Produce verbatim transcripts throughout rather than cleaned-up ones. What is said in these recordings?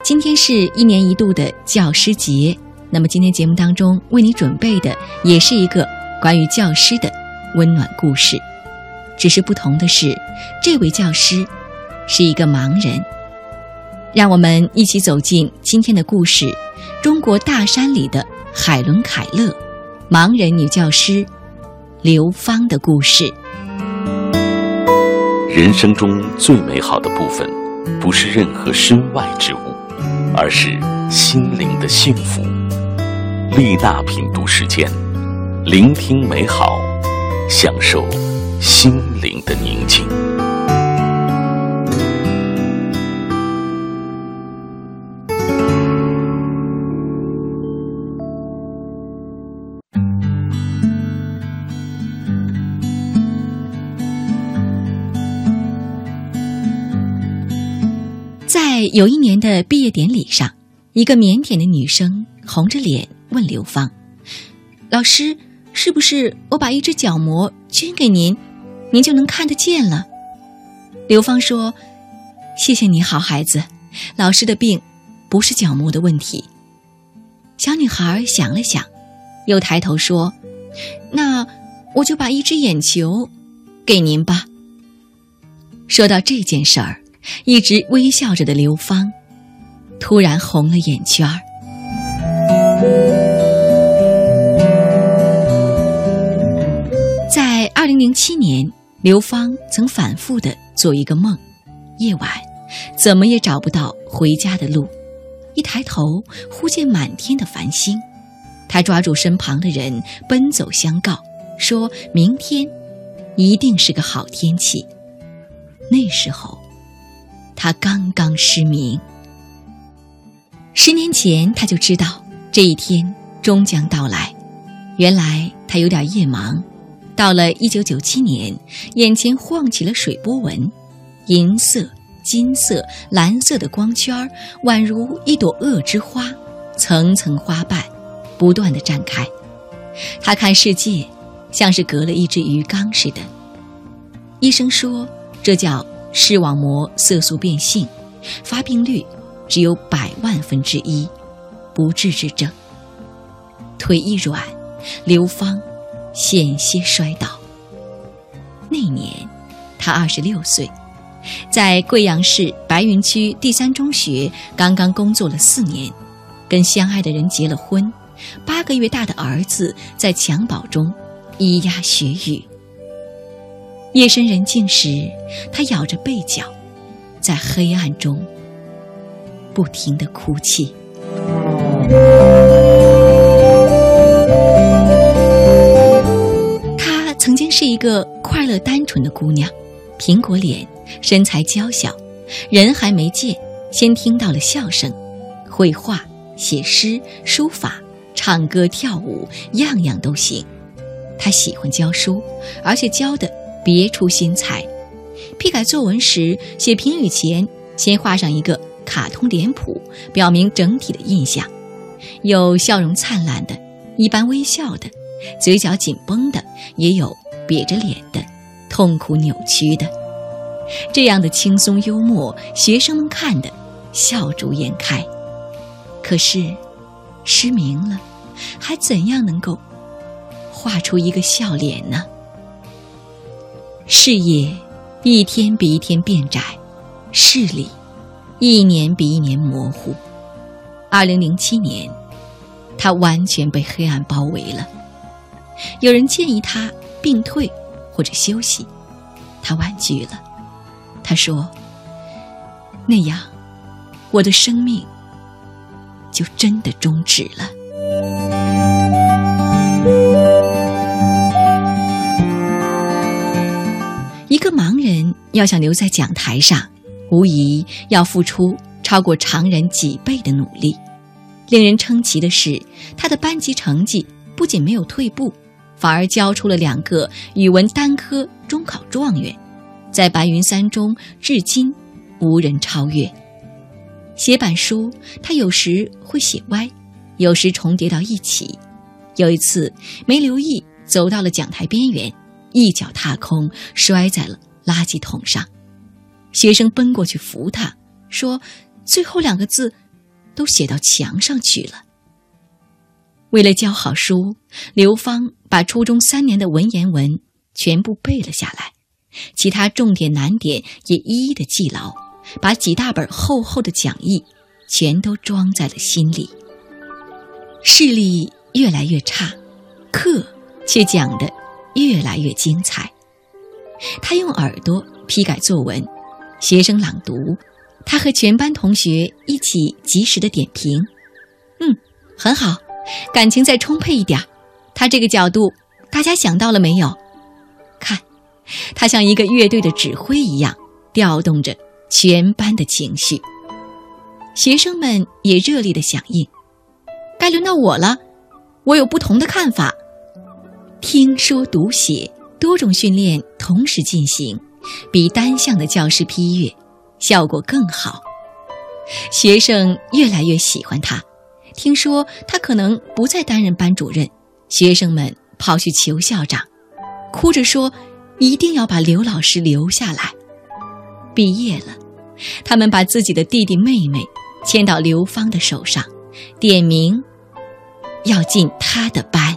今天是一年一度的教师节，那么今天节目当中为你准备的也是一个关于教师的温暖故事，只是不同的是，这位教师是一个盲人。让我们一起走进今天的故事，中国大山里的海伦凯勒，盲人女教师刘芳的故事。 人生中最美好的部分，不是任何身外之物，而是心灵的幸福。丽娜品读时间，聆听美好，享受心灵的宁静。 在有一年的毕业典礼上，一个腼腆的女生红着脸问刘芳：老师，是不是我把一只角膜捐给您，您就能看得见了？刘芳说：谢谢你，好孩子，老师的病不是角膜的问题。小女孩想了想，又抬头说：那我就把一只眼球给您吧。说到这件事儿，一直微笑着的刘芳突然红了眼圈儿。在二零零七年，刘芳曾反复地做一个梦，夜晚怎么也找不到回家的路，一抬头忽见满天的繁星，她抓住身旁的人奔走相告，说明天一定是个好天气。那时候他刚刚失明。十年前他就知道这一天终将到来，原来他有点夜盲。到了一九九七年，眼前晃起了水波纹，银色、金色、蓝色的光圈宛如一朵恶之花，层层花瓣不断地绽开。他看世界像是隔了一只鱼缸似的。医生说这叫视网膜色素变性，发病率只有百万分之一，不治之症。腿一软，刘芳险些摔倒。那年他二十六岁，在贵阳市白云区第三中学刚刚工作了四年，跟相爱的人结了婚，八个月大的儿子在襁褓中咿呀学语。夜深人静时，他咬着被角，在黑暗中不停地哭泣。她曾经是一个快乐单纯的姑娘，苹果脸，身材娇小，人还没见，先听到了笑声。绘画、写诗、书法、唱歌、跳舞，样样都行。她喜欢教书，而且教的别出心裁。批改作文时，写评语前先画上一个卡通脸谱，表明整体的印象。有笑容灿烂的，一般微笑的，嘴角紧绷的，也有瘪着脸的，痛苦扭曲的。这样的轻松幽默，学生们看得笑逐颜开。可是失明了，还怎样能够画出一个笑脸呢？视野一天比一天变窄，视力一年比一年模糊。二零零七年，他完全被黑暗包围了。有人建议他病退或者休息，他婉拒了。他说：那样我的生命就真的终止了。一个盲人要想留在讲台上，无疑要付出超过常人几倍的努力。令人称奇的是，他的班级成绩不仅没有退步，反而教出了两个语文单科中考状元，在白云三中至今无人超越。写板书，他有时会写歪，有时重叠到一起。有一次没留意，走到了讲台边缘，一脚踏空，摔在了垃圾桶上。学生奔过去扶他，说最后两个字都写到墙上去了。为了教好书，刘芳把初中三年的文言文全部背了下来，其他重点难点也一一的记牢，把几大本厚厚的讲义全都装在了心里。视力越来越差，课却讲得越来越精彩。他用耳朵批改作文，学生朗读，他和全班同学一起及时的点评。嗯，很好，感情再充沛一点。他这个角度，大家想到了没有？看，他像一个乐队的指挥一样，调动着全班的情绪。学生们也热烈的响应。该轮到我了，我有不同的看法。听说读写多种训练同时进行，比单向的教师批阅效果更好。学生越来越喜欢他，听说他可能不再担任班主任，学生们跑去求校长，哭着说一定要把刘老师留下来。毕业了，他们把自己的弟弟妹妹牵到刘芳的手上，点名要进他的班。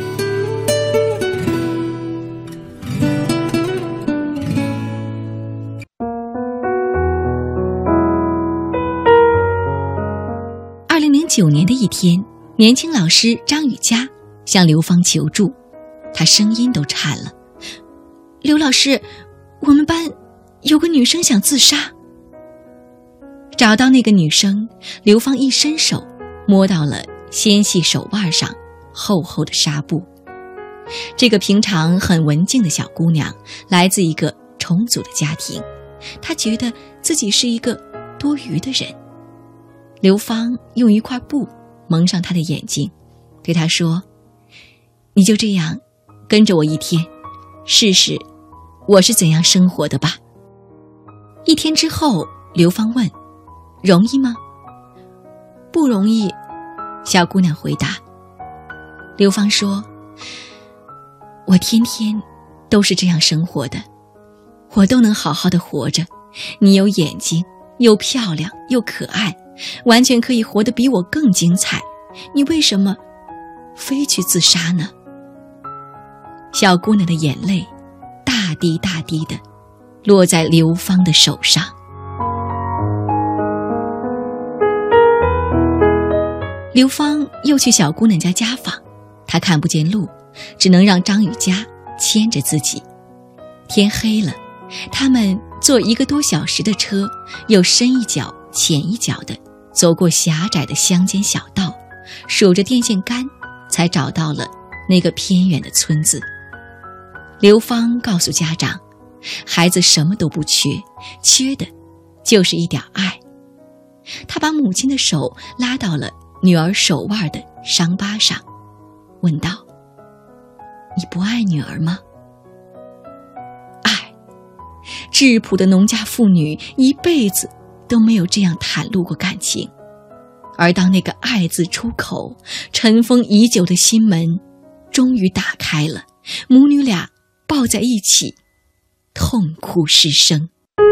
二零零九年的一天，年轻老师张雨佳向刘芳求助，她声音都颤了。刘老师，我们班有个女生想自杀。找到那个女生，刘芳一伸手摸到了纤细手腕上厚厚的纱布。这个平常很文静的小姑娘来自一个重组的家庭，她觉得自己是一个多余的人。刘芳用一块布蒙上她的眼睛，对她说，你就这样跟着我一天，试试我是怎样生活的吧。一天之后，刘芳问，容易吗？不容易，小姑娘回答。刘芳说，我天天都是这样生活的，我都能好好的活着，你有眼睛，又漂亮又可爱，完全可以活得比我更精彩，你为什么非去自杀呢？小姑娘的眼泪大滴大滴的落在刘芳的手上。刘芳又去小姑娘家家访，她看不见路，只能让张雨佳牵着自己。天黑了，他们坐一个多小时的车，又深一脚浅一脚的走过狭窄的乡间小道，数着电线杆，才找到了那个偏远的村子。刘芳告诉家长，孩子什么都不缺，缺的就是一点爱。她把母亲的手拉到了女儿手腕的伤疤上，问道，你不爱女儿吗？爱。质朴的农家妇女一辈子都没有这样袒露过感情，而当那个爱字出口，尘封已久的心门终于打开了，母女俩抱在一起，痛哭失声。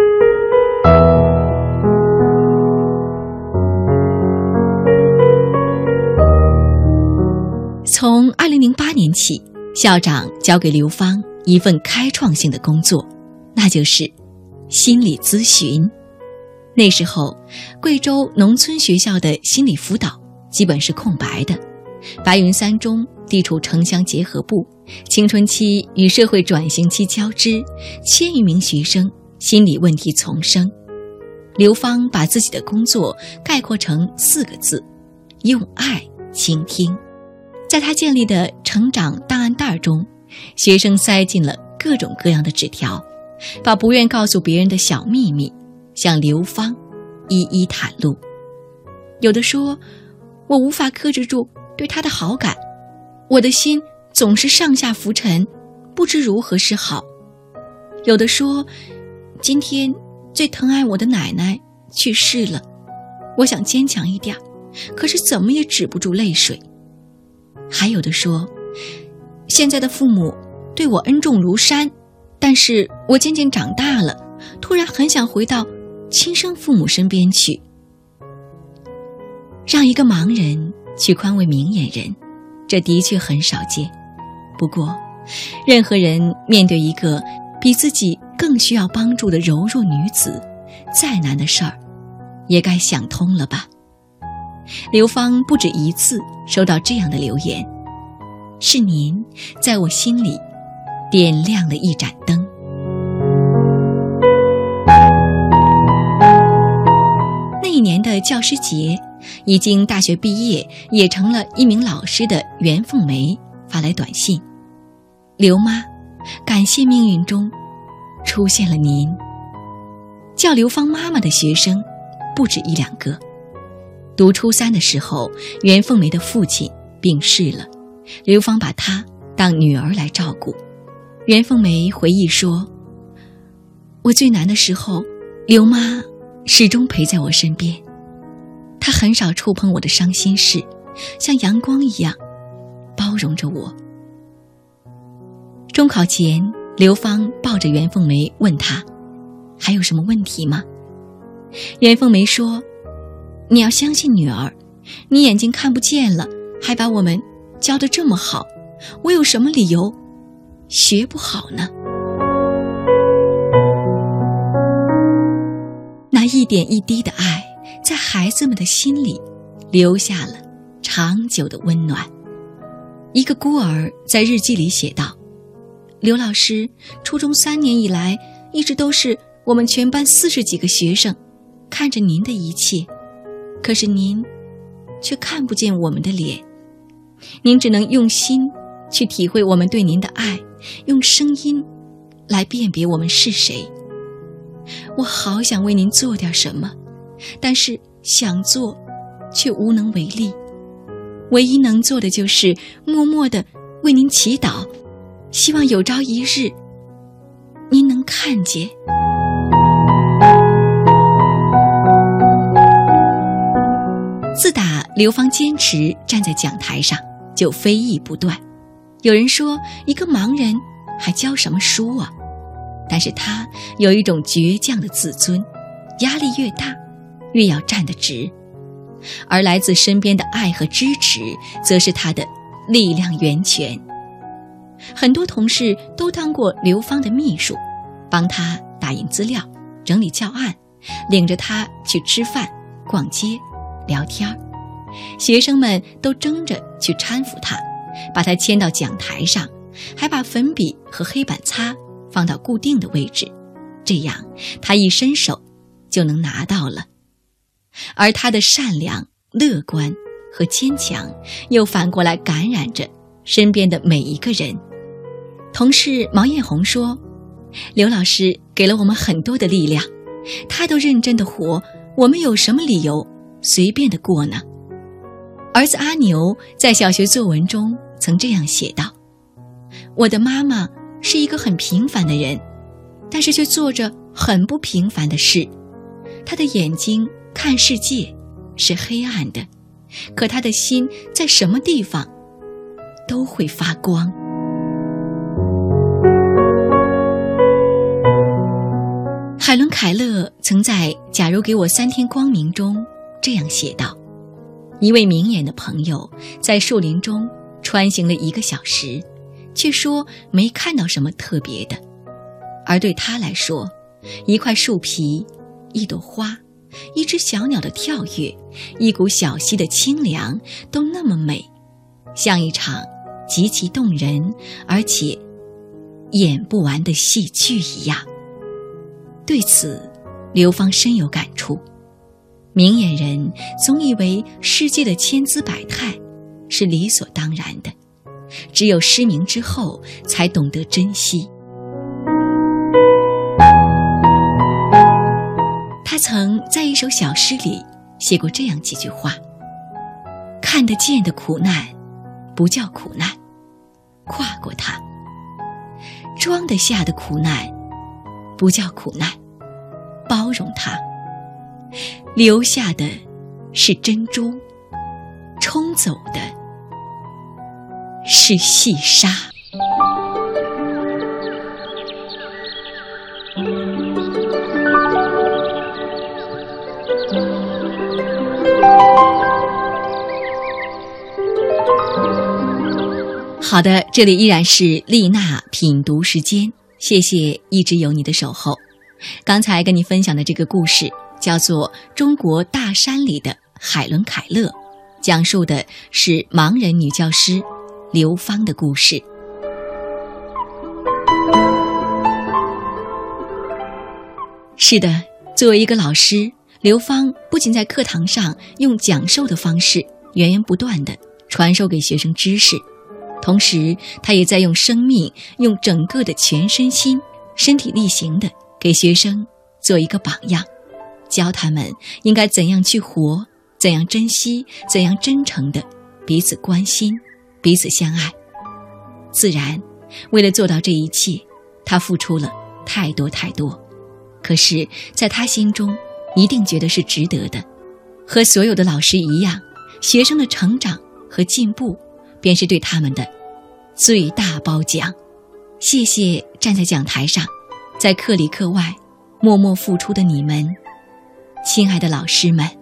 从二零零八年起，校长交给刘芳一份开创性的工作，那就是心理咨询。那时候，贵州农村学校的心理辅导基本是空白的。白云三中地处城乡结合部，青春期与社会转型期交织，千余名学生心理问题丛生。刘芳把自己的工作概括成四个字：用爱倾听。在他建立的成长档案袋中，学生塞进了各种各样的纸条，把不愿告诉别人的小秘密向刘芳一一袒露。有的说，我无法克制住对他的好感，我的心总是上下浮沉，不知如何是好。有的说，今天最疼爱我的奶奶去世了，我想坚强一点，可是怎么也止不住泪水。还有的说，现在的父母对我恩重如山，但是我渐渐长大了，突然很想回到亲生父母身边去。 让一个盲人去宽慰明眼人，这的确很少见。不过，任何人面对一个比自己更需要帮助的柔弱女子，再难的事儿，也该想通了吧。刘芳不止一次收到这样的留言，是您在我心里点亮了一盏灯。那一年的教师节，已经大学毕业也成了一名老师的袁凤梅发来短信：刘妈，感谢命运中出现了您。叫刘芳妈妈的学生不止一两个。读初三的时候，袁凤梅的父亲病逝了，刘芳把她当女儿来照顾。袁凤梅回忆说，我最难的时候，刘妈始终陪在我身边，她很少触碰我的伤心事，像阳光一样包容着我。中考前，刘芳抱着袁凤梅问她，还有什么问题吗？袁凤梅说，你要相信女儿，你眼睛看不见了，还把我们教得这么好，我有什么理由学不好呢？那一点一滴的爱，在孩子们的心里留下了长久的温暖。一个孤儿在日记里写道，刘老师，初中三年以来，一直都是我们全班四十几个学生看着您的一切，可是您却看不见我们的脸，您只能用心去体会我们对您的爱，用声音来辨别我们是谁。我好想为您做点什么，但是想做却无能为力，唯一能做的就是默默地为您祈祷，希望有朝一日您能看见。自打刘芳坚持站在讲台上，就非议不断。有人说，一个盲人还教什么书啊？但是他有一种倔强的自尊，压力越大，越要站得直。而来自身边的爱和支持，则是他的力量源泉。很多同事都当过刘芳的秘书，帮他打印资料，整理教案，领着他去吃饭、逛街、聊天。学生们都争着去搀扶他，把他牵到讲台上，还把粉笔和黑板擦放到固定的位置，这样他一伸手就能拿到了。而他的善良、乐观和坚强，又反过来感染着身边的每一个人。同事毛艳红说，刘老师给了我们很多的力量，他都认真的活，我们有什么理由随便的过呢？儿子阿牛在小学作文中曾这样写道，我的妈妈是一个很平凡的人，但是却做着很不平凡的事。她的眼睛看世界是黑暗的，可她的心在什么地方都会发光。海伦·凯勒曾在《假如给我三天光明》中这样写道，一位明眼的朋友在树林中穿行了一个小时，却说没看到什么特别的。而对他来说，一块树皮、一朵花、一只小鸟的跳跃、一股小溪的清凉，都那么美，像一场极其动人而且演不完的戏剧一样。对此，刘芳深有感触。明眼人总以为世界的千姿百态是理所当然的，只有失明之后才懂得珍惜。他曾在一首小诗里写过这样几句话：看得见的苦难不叫苦难，跨过它；装得下的苦难不叫苦难，包容它；留下的是珍珠，冲走的是细沙。 好的，这里依然是丽娜品读时间，谢谢一直有你的守候。刚才跟你分享的这个故事叫做《中国大山里的海伦凯勒》，讲述的是盲人女教师刘芳的故事。是的，作为一个老师，刘芳不仅在课堂上用讲授的方式源源不断地传授给学生知识，同时她也在用生命，用整个的全身心身体力行地给学生做一个榜样，教他们应该怎样去活，怎样珍惜，怎样真诚地彼此关心，彼此相爱。自然，为了做到这一切，她付出了太多太多，可是在她心中一定觉得是值得的。和所有的老师一样，学生的成长和进步便是对他们的最大褒奖。谢谢站在讲台上，在课里课外默默付出的你们，亲爱的老师们。